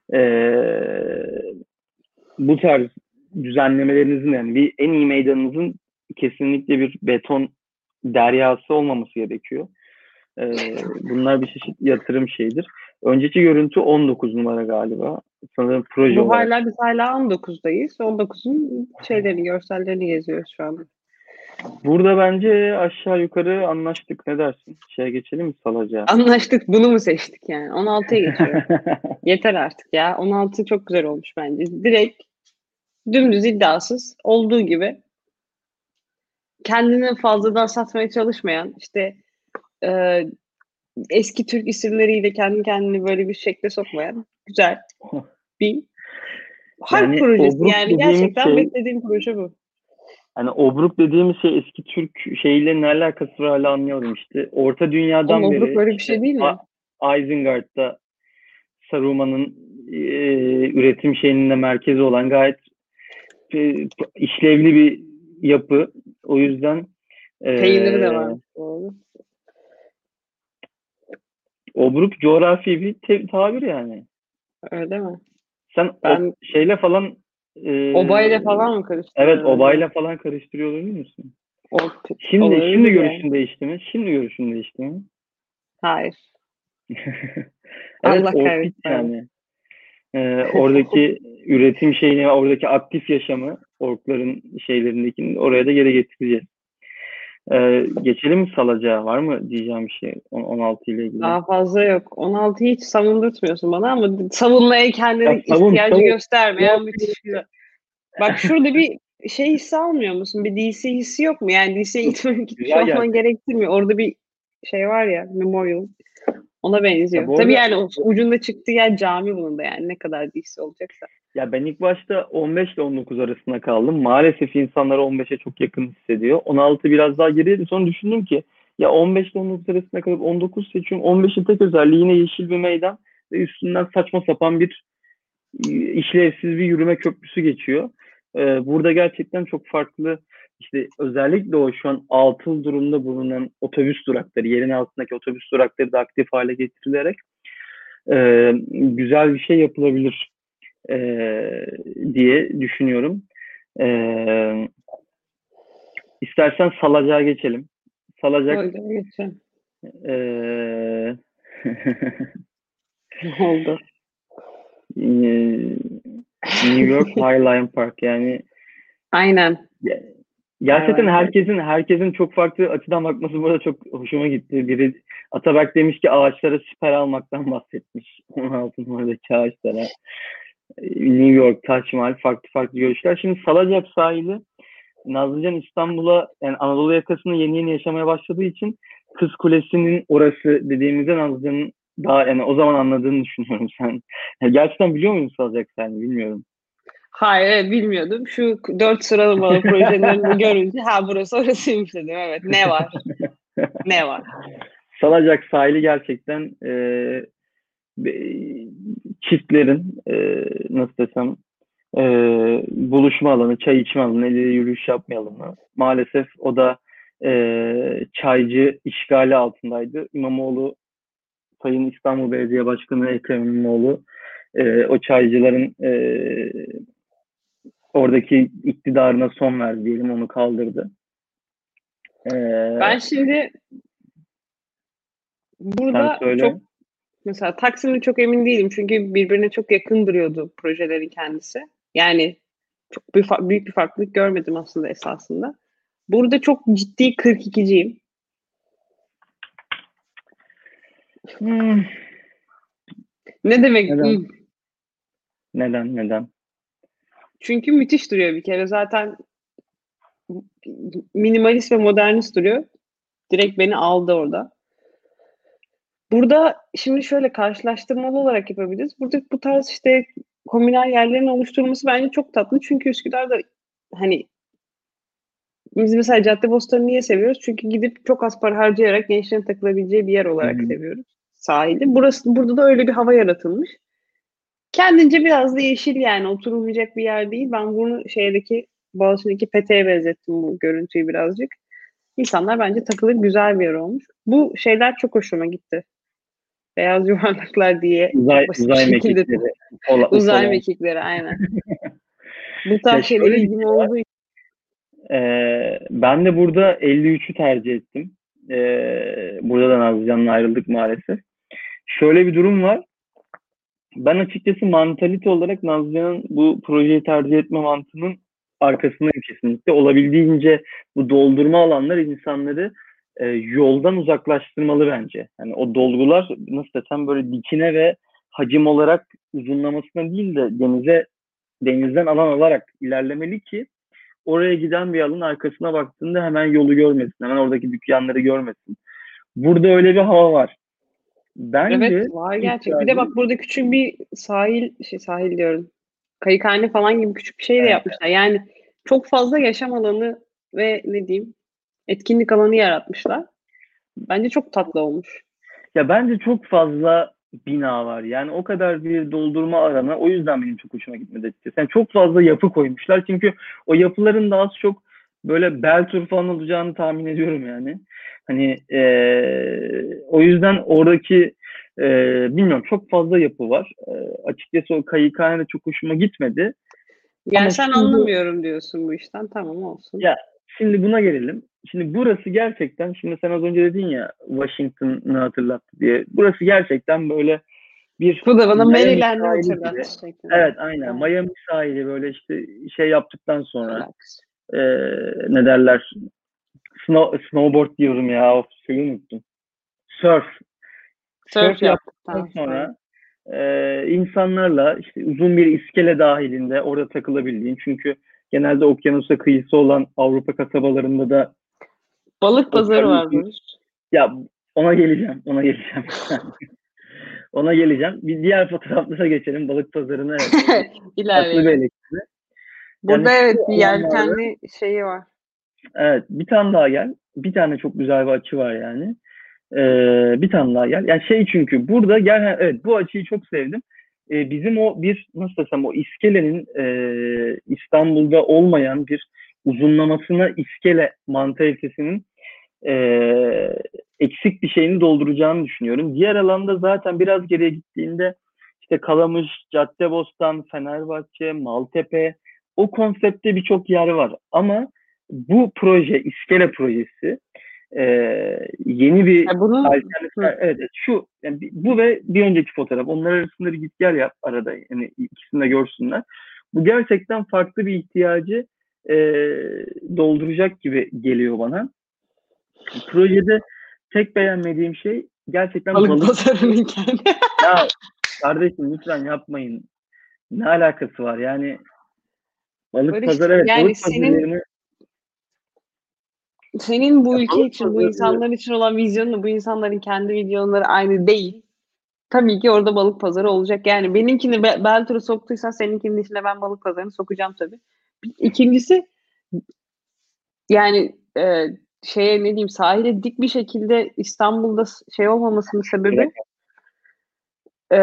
bu tarz düzenlemelerinizin, yani bir en iyi meydanınızın kesinlikle bir beton deryası olmaması gerekiyor. Bunlar bir çeşit yatırım şeyidir. Önceki görüntü 19 numara galiba. Sanırım proje Bu olarak. hala biz hala 19'dayız. 19'un şeylerini, görsellerini geziyoruz şu anda. Burada bence aşağı yukarı anlaştık. Ne dersin? Şeye geçelim mi, Salacak'a? Anlaştık. Bunu mu seçtik yani? 16'ya geçiyorum. Yeter artık ya. 16 çok güzel olmuş bence. Direkt dümdüz iddiasız olduğu gibi kendini fazladan satmaya çalışmayan işte e, eski Türk isimleriyle kendi kendini böyle bir şekle sokmayan güzel bir harp Yani projesi. obruk Yani dediğimiz gerçekten şey, beklediğim proje bu. hani obruk dediğimiz şey eski Türk şeyle ne alakası var hala anlayamadım işte. Orta Oğlum Dünya'dan obruk beri böyle bir işte şey değil mi? Isengard'da Saruman'ın üretim şeyinin de merkezi olan gayet işlevli bir yapı. O yüzden e, Peyniri de var bu arada. obruk coğrafi bir tabir yani. Öyle mi? Sen Ben şeyle falan obayla falan mı evet, karıştırıyorum acaba? obayla falan karıştırıyor olabilir misin? O, Şimdi olabilir yani. görüşün değişti mi? Şimdi görüşün değişti mi? Hayır. Evet, Allah Orkut kahretsin. yani. Oradaki üretim şeyini, oradaki aktif yaşamı, orkların şeylerindekini oraya da geri getireceğiz. Geçelim mi Salacak'a? Var mı diyeceğim bir şey 16 ile ilgili? Daha fazla yok. 16'yı hiç savundurtmuyorsun bana ama savunmaya Ya kendini savun, ihtiyacı savun. göstermeyen müthiş güzel. Bak şurada bir şey hissi almıyor musun? Bir DC hissi yok mu? Yani DC'ye gitmiş Güzel olman gerçek. gerektirmiyor. Orada bir şey var ya, memorial. Ona Ya benziyor. bu Tabii arada yani ucunda çıktığı yer cami bunun da yani ne kadar DC olacaksa. ya ben ilk başta 15 ile 19 arasında kaldım. Maalesef insanlar 15'e çok yakın hissediyor. 16 biraz daha geriydi. Sonra düşündüm ki ya 15 ile 19 arasında kalıp 19 seçiyorum. 15'in tek özelliği yine yeşil bir meydan ve üstünden saçma sapan bir işlevsiz bir yürüme köprüsü geçiyor. Burada gerçekten çok farklı, işte özellikle o şu an atıl durumda bulunan otobüs durakları, yerin altındaki otobüs durakları da aktif hale getirilerek güzel bir şey yapılabilir diye düşünüyorum. İstersen Salacak'a geçelim. Salacak Öyle geçelim. e, Ne oldu? Ee, New York Highline Park yani Aynen. gerçekten Highline Park. herkesin çok farklı açıdan bakması burada çok hoşuma gitti. Biri Ataberk demiş ki ağaçlara siper almaktan bahsetmiş. 16 numaradaki ağaçlara. New York, Taç Mahal farklı farklı görüşler. Şimdi Salacak sahili Nazlıcan İstanbul'a yani Anadolu yakasını yeni yeni yaşamaya başladığı için Kız Kulesi'nin orası dediğimizde Nazlıcan'ın daha yani o zaman anladığını düşünüyorum sen. Yani gerçekten biliyor musun Salacak sahilini bilmiyorum. Hayır, evet, bilmiyordum. Şu 4 sıralamalı projelerini görünce burası orasıymış dedim. Evet, ne var? Ne var? Salacak sahili gerçekten çiftlerin nasıl desem buluşma alanı, çay içme alanı, eliyle yürüyüş yapma alanı. Maalesef o da çaycı işgali altındaydı. İmamoğlu, Sayın İstanbul Belediye Başkanı Ekrem İmamoğlu o çaycıların oradaki iktidarına son verdi diyelim, onu kaldırdı. Ben şimdi Sen burada söyle. çok mesela Taksim'de çok emin değilim. Çünkü birbirine çok yakın duruyordu projelerin kendisi. Yani çok büyük bir farklılık görmedim aslında esasında. Burada çok ciddi 42'ciyim. Ne demek? Neden? Neden? Çünkü müthiş duruyor bir kere. Zaten minimalist ve modernist duruyor. Direkt beni aldı orada. Burada şimdi şöyle karşılaştırmalı olarak yapabiliriz. Burada bu tarz işte komünal yerlerin oluşturulması bence çok tatlı. Çünkü Üsküdar'da hani biz mesela Caddebostan'ı niye seviyoruz? Çünkü gidip çok az para harcayarak gençlerin takılabileceği bir yer olarak seviyoruz sahili. Burada da öyle bir hava yaratılmış. Kendince biraz da yeşil yani oturulmayacak bir yer değil. Ben bunu Boğaziçi'ndeki Peteğe benzettim bu görüntüyü birazcık. İnsanlar bence takılır güzel bir yer olmuş. Bu şeyler çok hoşuma gitti. Beyaz yuvarlaklar diye çok basit bir Uzay şekilde mekikleri, uzay UFO'lar. mekikleri aynen. Bu Ya tarz şeylere şöyle bir ilgim şey var. olduğu için. Ben de burada 53'ü tercih ettim. Burada da Nazlıcan'la ayrıldık maalesef. Şöyle bir durum var. Ben açıkçası mantalite olarak Nazlıcan'ın bu projeyi tercih etme mantığının arkasındayım kesinlikle. Olabildiğince bu doldurma alanlar insanları yoldan uzaklaştırmalı bence. Yani o dolgular nasıl desem böyle dikine ve hacim olarak uzunlamasına değil de denizden alan alarak ilerlemeli ki oraya giden bir yolun arkasına baktığında hemen yolu görmesin. Hemen oradaki dükkanları görmesin. Burada öyle bir hava var. Evet Bence var gerçek. Bir de ihtiyacı bak burada küçük bir sahil diyorum. Kayıkhane falan gibi küçük bir şey de evet. yapmışlar. Yani çok fazla yaşam alanı ve ne diyeyim etkinlik alanı yaratmışlar. Bence çok tatlı olmuş. Ya bence çok fazla bina var. Yani o kadar bir doldurma alanı. O yüzden benim çok hoşuma gitmedi açıkçası. Yani çok fazla yapı koymuşlar. Çünkü o yapıların da az çok böyle Beltur falan olacağını tahmin ediyorum yani. Hani o yüzden oradaki bilmiyorum çok fazla yapı var. Açıkçası o kayıkhane de çok hoşuma gitmedi. Yani Ama sen şimdi anlamıyorum diyorsun bu işten. Tamam olsun. ya şimdi buna gelelim. Şimdi burası gerçekten şimdi sen az önce dedin ya Washington'ı hatırlattı diye. Burası gerçekten böyle bir Bu da bana Miami Maryland'i sahili gibi. hatırlattı şeklinde. Evet aynen. Evet, Miami sahili böyle işte şey yaptıktan sonra alakası. e, ne derler snowboard diyorum ya. Of, şeyi unuttum. Surf. Surf Surf yaptıktan yaptıktan sonra. sonra insanlarla işte uzun bir iskele dahilinde orada takılabildiğin. Çünkü genelde okyanusa kıyısı olan Avrupa kasabalarında da Balık pazarı var okyanusun Barış. ya ona geleceğim. Ona geleceğim. Bir diğer fotoğraflara geçelim. Balık pazarına evet. İlerleyelim. Aklıbeylik. Yani Burada şu evet bir alanlarda yelkenli şeyi var. evet bir tane daha gel. Bir tane çok güzel bir açı var yani. Bir tane daha gel. Yani şey çünkü burada gel evet bu açıyı çok sevdim. Bizim o bir nasıl desem o iskelenin İstanbul'da olmayan bir uzunlamasına iskele mantalitesinin eksik bir şeyini dolduracağını düşünüyorum. Diğer alanda zaten biraz geriye gittiğinde işte Kalamış, Caddebostan, Fenerbahçe, Maltepe o konseptte birçok yer var. Ama bu proje, iskele projesi Yeni bir Bunun alternatif. Evet, şu yani bu ve bir önceki fotoğraf. Onlar arasında bir git gel yap arada. Yani ikisini de görsünler. Bu gerçekten farklı bir ihtiyacı dolduracak gibi geliyor bana. Projede tek beğenmediğim şey gerçekten balık balık. pazarının kendi. Ya kardeşim lütfen yapmayın. Ne alakası var? Yani balık Barış, pazarı, evet, yani balık pazarı yerine senin bu ya ülke balık için, bu pazarı insanlar için olan vizyonla bu insanların kendi vizyonları aynı değil. Tabii ki orada balık pazarı olacak. Yani benimkini Beltur'a soktuysan seninkinin içine ben balık pazarını sokacağım tabii. İkincisi, yani şeye ne diyeyim, sahile dik bir şekilde İstanbul'da şey olmamasının sebebi e,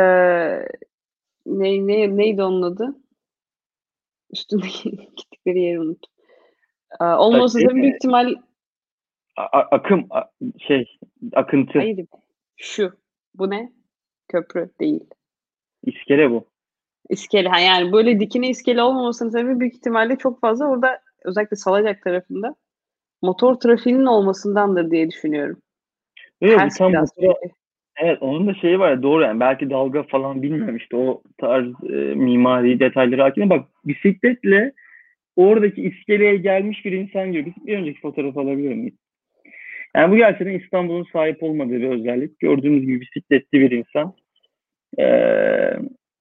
neydi onun adı? Üstündeki gittikleri yeri unuttum. Olmaması şey sebebi büyük ihtimal akım akıntı hayır, şu. Bu ne? Köprü değil. iskele bu. İskele. Yani böyle dikine iskele olmamasının sebebi büyük ihtimalle çok fazla orada, özellikle Salacak tarafında motor trafiğinin olmasındandır diye düşünüyorum. Yok, bu Ters tam biraz motora, çünkü. evet, onun da şeyi var ya, doğru, yani belki dalga falan bilmiyorum, işte o tarz mimari detayları hakim. Bak, bisikletle oradaki iskeleye gelmiş bir insan gibi. Bir önceki fotoğrafı alabilir miyiz? Yani bu gerçekten İstanbul'un sahip olmadığı bir özellik. Gördüğünüz gibi bisikletli bir insan. Ee,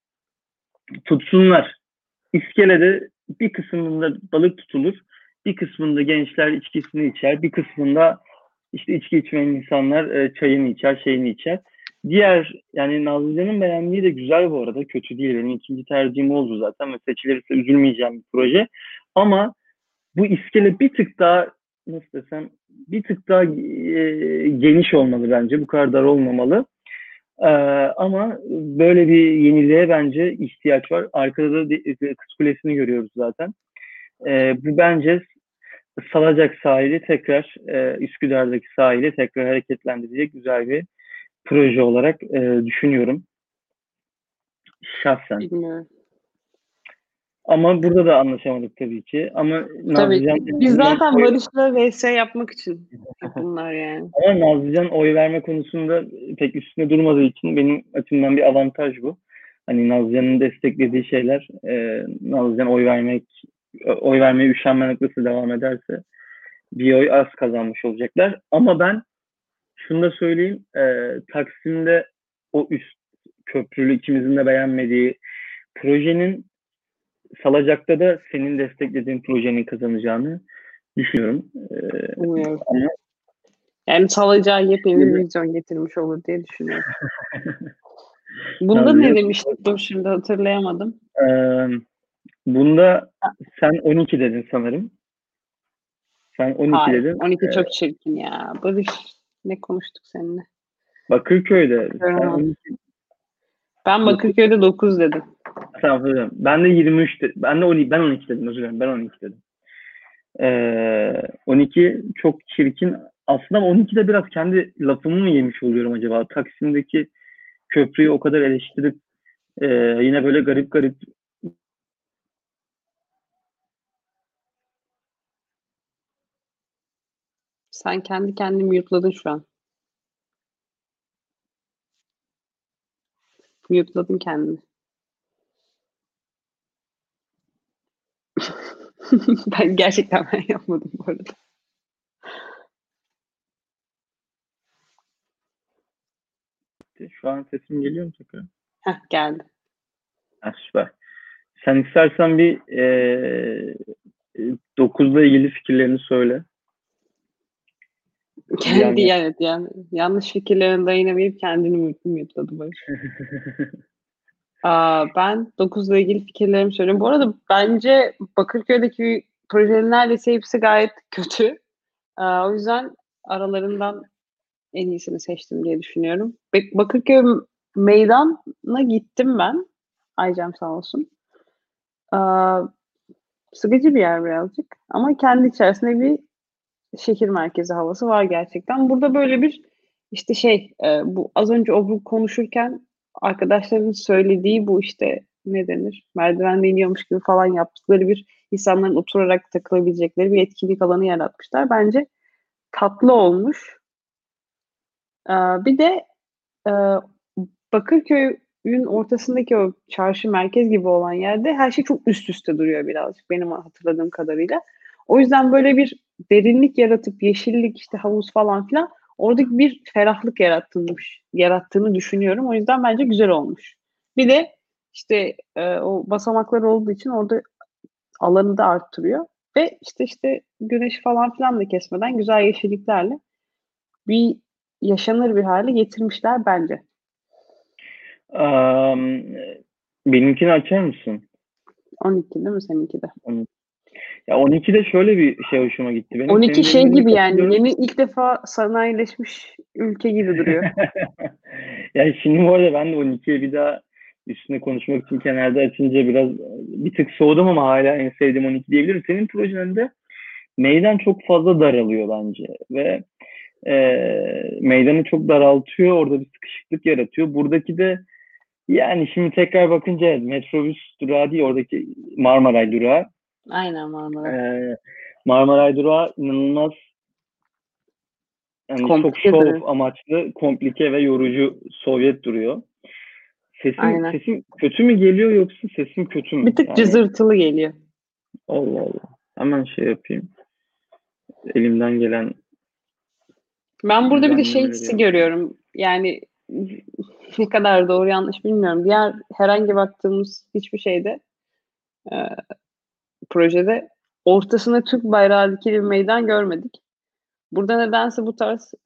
Tutsunlar. İskelede bir kısmında balık tutulur. Bir kısmında gençler içkisini içer. Bir kısmında işte içki içmeyen insanlar çayını içer, şeyini içer. Diğer, yani Nazlıcan'ın beğendiği de güzel bu arada. Kötü değil. Benim ikinci tercihim oldu zaten ve seçilirse üzülmeyeceğim bir proje. Ama bu iskele bir tık daha, nasıl desem, bir tık daha geniş olmalı bence. Bu kadar dar olmamalı. Ama böyle bir yeniliğe bence ihtiyaç var. Arkada da Kız Kulesi'ni görüyoruz zaten. Bu bence Salacak sahili tekrar, Üsküdar'daki sahili tekrar hareketlendirecek güzel bir proje olarak düşünüyorum şahsen. Bilmiyorum. Ama burada da anlaşamadık tabii ki. Ama Tabii Nazlıcan biz zaten Barış'la vs yapmak için hep bunlar yani. ama Nazlıcan oy verme konusunda pek üstüne durmadığı için benim açımdan bir avantaj bu. Hani Nazlıcan'ın desteklediği şeyler, Nazlıcan oy vermeye üşenmemekle devam ederse bir oy az kazanmış olacaklar. Ama ben şunu da söyleyeyim, Taksim'de o üst köprülü, ikimizin de beğenmediği projenin Salacak'ta da senin desteklediğin projenin kazanacağını düşünüyorum. Bilmiyorum. Ama Yani Salacağı yepyeni bir vizyon getirmiş olur diye düşünüyorum. Bunda ne Nazlıcan, demiştik? Dur, şimdi hatırlayamadım. bunda sen 12 dedin sanırım. Sen 12 Hayır. dedin. 12 çok çirkin ya. Barış, ne konuştuk seninle? Bakırköy'de sen 12, Ben 9, Bakırköy'de 9 dedim. tamam. Ben de 23 dedim. Ben 12 dedim, özür dilerim. Ben 12 dedim. 12 çok çirkin. Aslında 12'de biraz kendi lafımı mı yemiş oluyorum acaba? Taksim'deki köprüyü o kadar eleştirip yine böyle garip garip. Sen kendi kendini mute'ladın şu an. Mute'ladın kendini. Gerçekten ben yapmadım bu arada. Şu an sesim geliyor mu tekrar? Heh, geldi. Süper. Sen istersen bir 9'la ilgili fikirlerini söyle. Kendi, evet, yani yanlış fikirlerine dayanamayıp kendini mute'ladı Barış. Ben 9'la ilgili fikirlerimi söyleyeyim. Bu arada bence Bakırköy'deki projelerin neredeyse hepsi gayet kötü. O yüzden aralarından en iyisini seçtim diye düşünüyorum. Bakırköy meydana gittim ben. Aycem sağ olsun. Sıkıcı bir yer birazcık. Ama kendi içerisinde bir şehir merkezi havası var gerçekten. Burada böyle bir işte bu az önce bu konuşurken arkadaşlarımın söylediği bu işte ne denir? Merdivende iniyormuş gibi falan yaptıkları bir, insanların oturarak takılabilecekleri bir etkinlik alanı yaratmışlar. Bence tatlı olmuş. Bir de e, Bakırköy'ün ortasındaki o çarşı merkez gibi olan yerde her şey çok üst üste duruyor birazcık benim hatırladığım kadarıyla. O yüzden böyle bir derinlik yaratıp yeşillik işte havuz falan filan oradaki bir ferahlık yarattığını düşünüyorum. O yüzden bence güzel olmuş. Bir de işte o basamaklar olduğu için orada alanı da arttırıyor ve işte güneş falan filan da kesmeden güzel yeşilliklerle bir yaşanır bir hale getirmişler bence. Am, benimkini açar mısın? 12 değil mi seninki de? Ya 12'de şöyle bir şey hoşuma gitti benim. 12 Senin şey dediğine gibi yani katılıyorum. yeni ilk defa sanayileşmiş ülke gibi duruyor. Yani şimdi bu arada ben de 12'ye bir daha üstüne konuşmak için kenarda açınca biraz bir tık soğudum ama hala en sevdiğim 12 diyebilirim. Senin projeninde meydan çok fazla daralıyor bence ve meydanı çok daraltıyor. Orada bir sıkışıklık yaratıyor. Buradaki de yani şimdi tekrar bakınca evet, metrobüs durağı değil oradaki Marmaray durağı. Aynen Marmara. Ee, Marmaray durağı inanılmaz yani çok Komplike şov duruyor. amaçlı, komplike ve yorucu Sovyet duruyor. Sesim Aynen. sesim kötü mü geliyor yoksa sesim kötü mü? Bir tık Yani cızırtılı geliyor. Allah Allah. Hemen şey yapayım. Elimden gelen Ben burada bir de şey düzenlemeleri hissi yapayım. görüyorum. Yani ne kadar doğru yanlış bilmiyorum. Diğer herhangi baktığımız hiçbir şeyde e, projede ortasına Türk bayrağı dikili bir meydan görmedik. Burada nedense bu tarz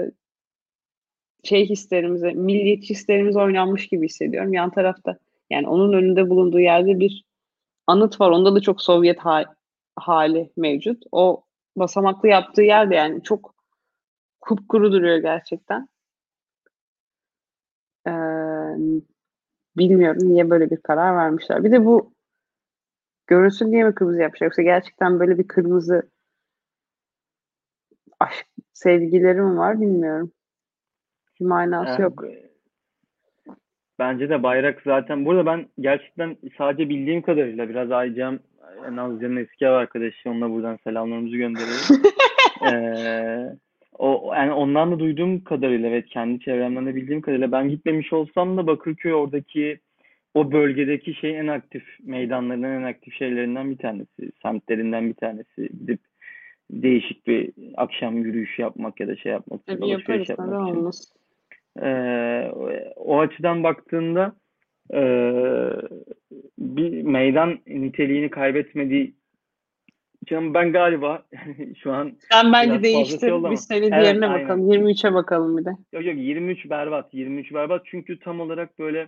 milliyetçi hislerimize oynanmış gibi hissediyorum. Yan tarafta yani onun önünde bulunduğu yerde bir anıt var. Onda da çok Sovyet hali mevcut. O basamaklı yaptığı yerde yani çok kupkuru duruyor gerçekten. Ee, Bilmiyorum niye böyle bir karar vermişler. Bir de bu görünsün diye mi kırmızı yapmışlar? Yoksa gerçekten böyle bir kırmızı aşk sevgileri mi var bilmiyorum. Bir manası yok. Eh, bence de bayrak zaten. Burada ben gerçekten sadece bildiğim kadarıyla biraz Aycam Nazlı'nın eski ev arkadaşı. Onunla buradan selamlarımızı gönderelim. O yani ondan da duyduğum kadarıyla ve kendi çevremden de bildiğim kadarıyla ben gitmemiş olsam da Bakırköy oradaki o bölgedeki şeyin en aktif meydanlarından en aktif şeylerinden bir tanesi, semtlerinden bir tanesi. Gidip değişik bir akşam yürüyüşü yapmak ya da şey yapmak için, Tabii alışveriş yaparız. Neden yapmak için. olmaz? Ee, o açıdan baktığında ee, bir meydan niteliğini kaybetmediği için ben galiba şu an Sen biraz bence fazla şey değiştir. oldu Biz ama senin evet diğerine aynen. bakalım. 23'e bakalım bir de. Yok yok 23 berbat. 23 berbat çünkü tam olarak böyle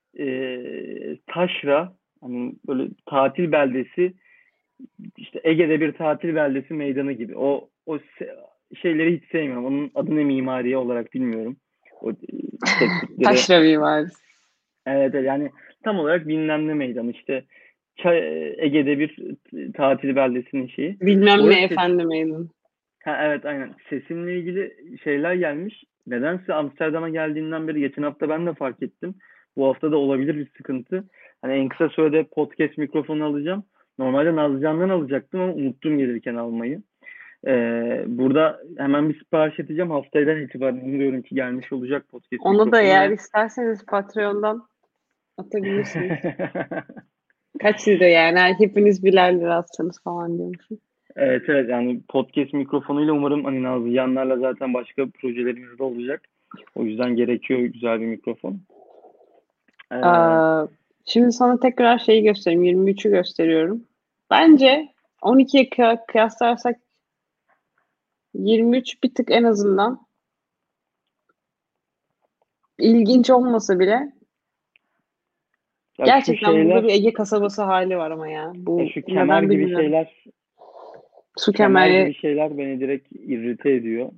taşra hani böyle tatil beldesi işte Ege'de bir tatil beldesi meydanı gibi. Şeyleri hiç sevmiyorum. Onun adı ne mimariye olarak bilmiyorum. O çektikleri Taşra mimarisi. evet evet, yani tam olarak bilmem ne meydanı işte Ege'de bir tatil beldesinin şeyi. Bu Bilmem arada ne efendi meydanı. evet aynen sesimle ilgili şeyler gelmiş. Nedense Amsterdam'a geldiğinden beri geçen hafta ben de fark ettim. Bu hafta da olabilir bir sıkıntı. Hani en kısa sürede podcast mikrofonu alacağım. Normalde Nazlıcan'dan alacaktım ama unuttum gelirken almayı. Burada hemen bir sipariş edeceğim. Haftaydan itibaren umuyorum ki gelmiş olacak podcast Onu da mikrofonu eğer ve isterseniz Patreon'dan atabilirsiniz. Kaç lira yani? Hepiniz birer lira atsanız falan diyormuşum. evet evet yani podcast mikrofonuyla umarım hani Nazlıcanlarla zaten başka projelerimiz de olacak. O yüzden gerekiyor güzel bir mikrofon. Ee, Ee, Şimdi sana tekrar şeyi göstereyim. 23'ü gösteriyorum. Bence 12'ye kıyaslarsak 23 bir tık en azından ilginç olmasa bile ya şu gerçekten burada bir şeyler Ege kasabası hali var ama ya. ya Bu şu kemer neden gibi bilmiyorum. şeyler Su kemer kemeri gibi şeyler beni direkt irrite ediyor.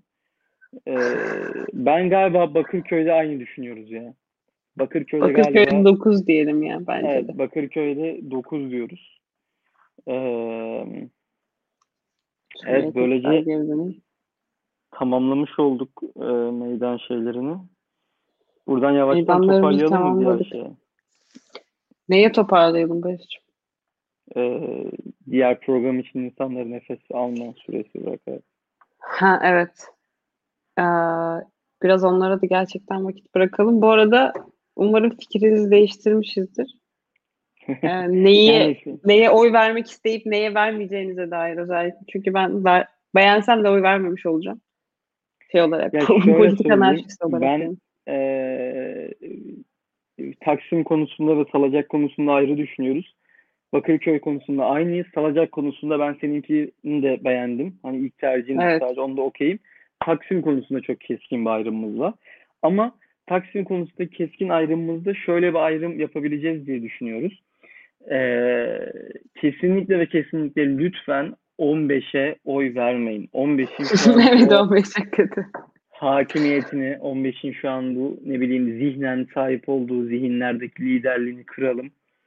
Ben galiba Bakırköy'de aynı düşünüyoruz ya. Bakırköy'de Bakırköy'de galiba 9 diyelim ya bence evet de. Bakırköy'de 9 diyoruz. Ee, Şuraya evet tekrar böylece geri döneyim. tamamlamış olduk meydan şeylerini. Buradan yavaştan Meydanlarımızı toparlayalım mı diğer tamamladık. şeye? Neye toparlayalım Barış'cığım? Diğer program için insanları nefes alma süresi bırakarak. Ha, evet. Ee, Biraz onlara da gerçekten vakit bırakalım. Bu arada umarım fikrinizi değiştirmişizdir. Yani Neye oy vermek isteyip neye vermeyeceğinize dair özellikle. Çünkü beğensem de oy vermemiş olacağım. Şey olarak, ya şöyle politik söyleyeyim. anarşist olarak Ben yani. eee, Taksim konusunda ve Salacak konusunda ayrı düşünüyoruz. Bakırköy konusunda aynıyız. Salacak konusunda ben seninkini de beğendim. Hani ilk tercihin Evet. sadece onda okeyim. Taksim konusunda çok keskin bir ayrımımız var. Ama Taksim konusunda keskin ayrımımızda şöyle bir ayrım yapabileceğiz diye düşünüyoruz. Kesinlikle ve kesinlikle lütfen 15'e oy vermeyin. 15'in şu anki Evet, o 15 çok kötü. hakimiyetini, 15'in şu an bu ne bileyim zihnen sahip olduğu zihinlerdeki liderliğini kıralım.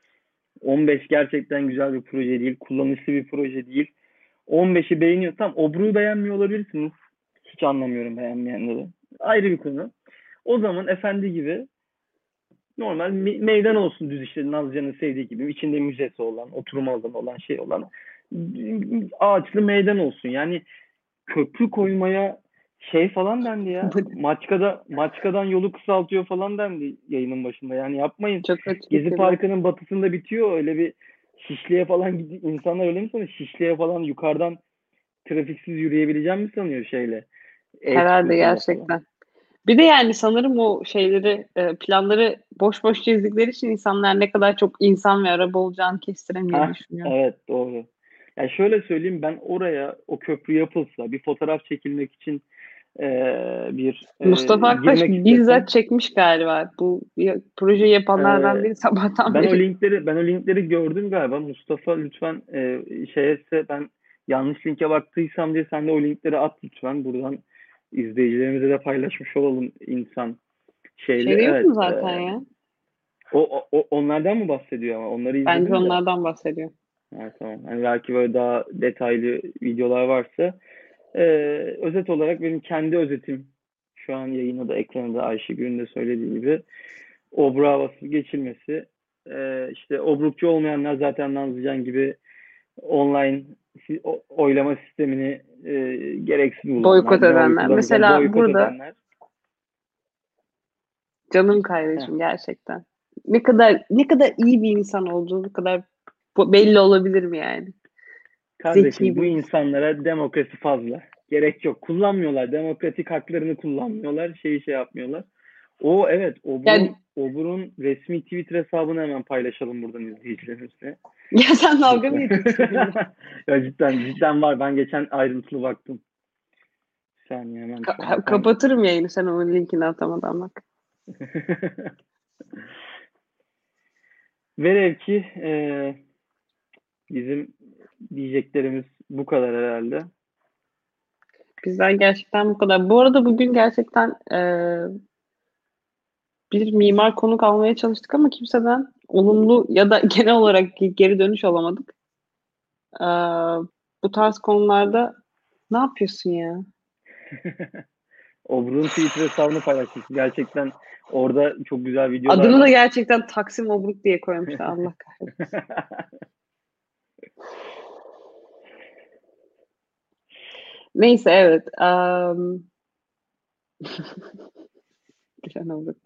15 gerçekten güzel bir proje değil. Kullanışlı bir proje değil. 15'i beğeniyor. Tam Obru'yu beğenmiyor olabilirsiniz. Hiç anlamıyorum beğenmeyenleri. Ayrı bir konu. O zaman efendi gibi normal meydan olsun düz işte Nazlıcan'ın sevdiği gibi. İçinde müzesi olan, oturma alanı olan şey olan ağaçlı meydan olsun. Yani köprü koymaya şey falan dendi ya. Maçka'dan yolu kısaltıyor falan dendi yayının başında. Yani yapmayın. Çok kötü Gezi fikirler. Parkı'nın batısında bitiyor. Öyle bir Şişli'ye falan gidiyor. İnsanlar öyle mi sanıyor? Şişli'ye falan yukarıdan trafiksiz yürüyebileceğim mi sanıyor şeyle? Herhalde E-scooter'la falan. gerçekten. Bir de yani sanırım o planları boş boş çizdikleri için insanlar ne kadar çok insan ve araba olacağını kestiremiyor Ha, düşünüyorum. evet doğru. Yani şöyle söyleyeyim ben oraya o köprü yapılsa bir fotoğraf çekilmek için Mustafa Akbaş girmek istesem bizzat çekmiş galiba. Projeyi yapanlardan Ee, biri sabahtan beri. ben o linkleri gördüm galiba. Mustafa lütfen şeyse ben yanlış linke baktıysam diye sen de o linkleri at lütfen. Buradan izleyicilerimize de paylaşmış olalım insan şeyle. Şeyde yok Evet. mu zaten ya? Onlardan mı bahsediyor ama onları Bence izledim de. onlardan bahsediyor. Ha, tamam. Hani belki böyle daha detaylı videolar varsa. Ee, Özet olarak benim kendi özetim şu an yayına da ekranda da Ayşegül'ün de söylediği gibi obru havasız geçilmesi. İşte obrukçu olmayanlar zaten Nazlıcan gibi online oylama sistemini gereksiz Boykot bulanlar, ne oy edenler. kullanacağım Mesela boykot burada edenler. canım Heh, kardeşim gerçekten. Ne kadar iyi bir insan olduğu bu kadar belli olabilir mi yani? kardeşim Zeki bir bu insan. insanlara demokrasi fazla. Gerek yok. Kullanmıyorlar. Demokratik haklarını kullanmıyorlar. Şey yapmıyorlar. O evet Yani Obur'un resmi Twitter hesabını hemen paylaşalım buradan izleyicilerimizle. ya sen dalga mı Lütfen. geçiyorsun şimdi? Ya cidden var. Ben geçen ayrıntılı baktım. Bir saniye hemen şu an tam Kapatırım yayını sen onun linkini atamadan bak. velev ki bizim diyeceklerimiz bu kadar herhalde. Bizden gerçekten bu kadar. Bu arada bugün gerçekten bir mimar konuk almaya çalıştık ama kimseden olumlu ya da genel olarak geri dönüş alamadık. E, Bu tarz konularda ne yapıyorsun ya? Obur'un Twitter hesabını paylaşmış. Gerçekten orada çok güzel videolar Adını da var. gerçekten Taksim Obruk diye koymuşlar. Allah kahretsin. Neyse evet. Güzel Obruk.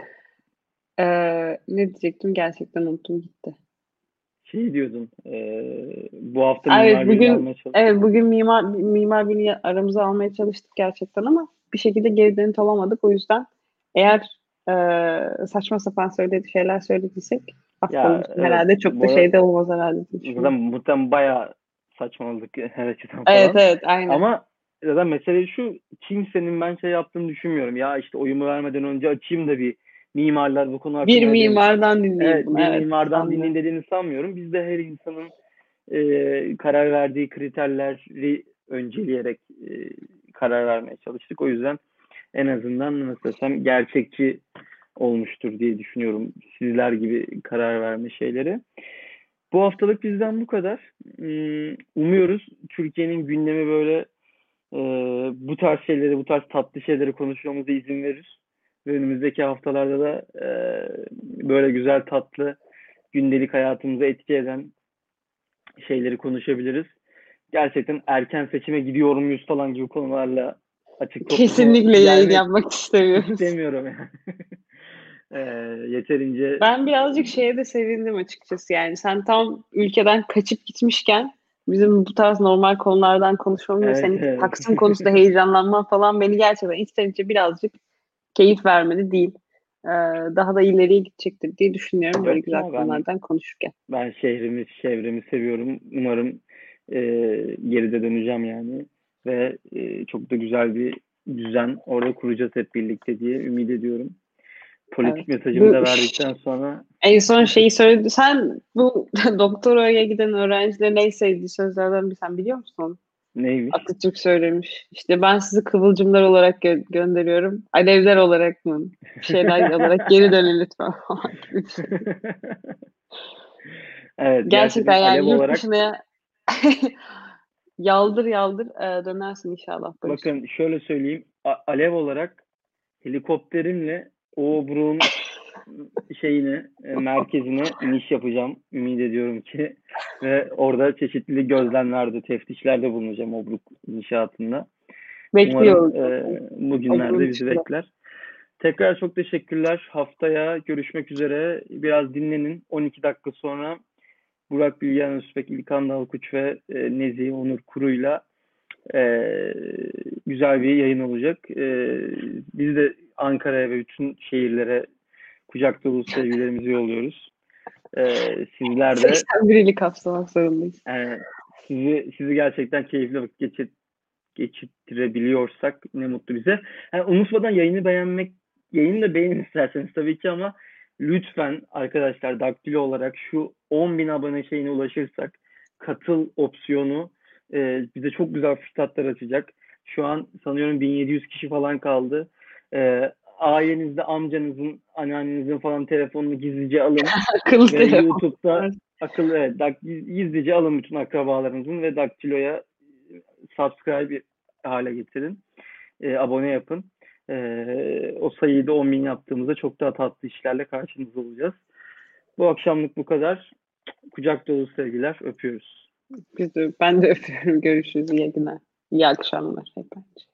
Ne diyecektim? Gerçekten unuttum gitti. Şey diyordun. Bu hafta Evet mimar birini bugün almaya çalıştık. evet bugün mimar birini aramıza almaya çalıştık gerçekten ama bir şekilde geri dönüt alamadık. O yüzden eğer saçma sapan şeyler söylediysek Ya affolur. evet Herhalde çok da bu arada şeyde olmaz herhalde diye zaten düşünüyorum. muhtemelen bayağı saçmaladık her açıdan Evet falan. evet aynen. Ama zaten mesele şu kimsenin ben şey yaptığını düşünmüyorum. Ya işte oyumu vermeden önce açayım da bir mimarlar bu konu Bir hakkında ne demiş. mimardan dinleyeyim Evet bunu. bir Evet mimardan dinleyin sanmıyorum. dediğini sanmıyorum. Biz de her insanın karar verdiği kriterleri önceleyerek karar vermeye çalıştık. O yüzden en azından nasıl desem gerçekçi olmuştur diye düşünüyorum. Sizler gibi karar verme şeyleri. Bu haftalık bizden bu kadar. Umuyoruz Türkiye'nin gündemi böyle e, bu tarz şeyleri, bu tarz tatlı şeyleri konuşmamıza izin verir. Ve önümüzdeki haftalarda da böyle güzel tatlı gündelik hayatımıza etki eden şeyleri konuşabiliriz. gerçekten erken seçime gidiyor muyuz falan gibi konularla açık topluma Kesinlikle yayın gelmek yapmak istemiyoruz. istemiyorum yani. Yeterince Ben birazcık şeye de sevindim açıkçası. Yani sen tam ülkeden kaçıp gitmişken bizim bu tarz normal konulardan konuşmamız ve evet, senin evet. Taksim konusunda heyecanlanman falan beni gerçekten içten içe birazcık keyif vermedi değil. Daha da ileriye gidecektir diye düşünüyorum böyle Yok güzel ya, konulardan konuşurken. ben çevremi seviyorum. Umarım e, geride döneceğim yani. Ve çok da güzel bir düzen orada kuracağız hep birlikte diye ümit ediyorum. Evet. Politik mesajımı da verdikten sonra En son şeyi söyledi. Sen bu doktoraya giden öğrencilerin en sevdiği sözlerden bir sen biliyor musun onu? neymiş? Atatürk söylemiş. İşte ben sizi kıvılcımlar olarak gönderiyorum. Alevler olarak mı? Bir şeyler olarak geri dönün lütfen falan gibi bir şey. Evet, Gerçekten gerçekten alev yani yurt olarak, dışına yaldır yaldır dönersin inşallah Barış. bakın şöyle söyleyeyim, alev olarak helikopterimle o obruğun merkezine iniş yapacağım. Ümit ediyorum ki ve orada çeşitli gözlemlerde, teftişlerde bulunacağım Obruk inşaatında. Umarım Bekliyorum. bu Obunun günlerde bizi dışında. bekler. Tekrar çok teşekkürler. Haftaya görüşmek üzere. Biraz dinlenin. 12 dakika sonra Burak Bilgehan Özbek, İlkan Dalkuç ve Nezih Onur Kuru'yla e, güzel bir yayın olacak. Biz de Ankara'ya ve bütün şehirlere kucak dolusu sevgilerimizi yolluyoruz. Sizler de 81 ili kapsamak zorundayız. e, sizi gerçekten keyifli vakit geçirtirebiliyorsak ne mutlu bize. Yani unutmadan yayını da beğenin isterseniz tabii ki, ama lütfen arkadaşlar Daktilo olarak şu 10.000 abone şeyine ulaşırsak katıl opsiyonu bize çok güzel fırsatlar açacak. Şu an sanıyorum 1700 kişi falan kaldı. Ailenizde amcanızın, anneannenizin falan telefonunu gizlice alın Akıllı ve telefon. YouTube'da akıllı, evet, gizlice alın bütün akrabalarınızın ve Daktilo'ya subscribe hale getirin. Abone yapın. O sayıyı da 10.000 yaptığımızda çok daha tatlı işlerle karşınızda olacağız. Bu akşamlık bu kadar. Kucak dolu sevgiler. Öpüyoruz. Ben de öpüyorum. Görüşürüz. İyi günler. İyi akşamlar. Hep.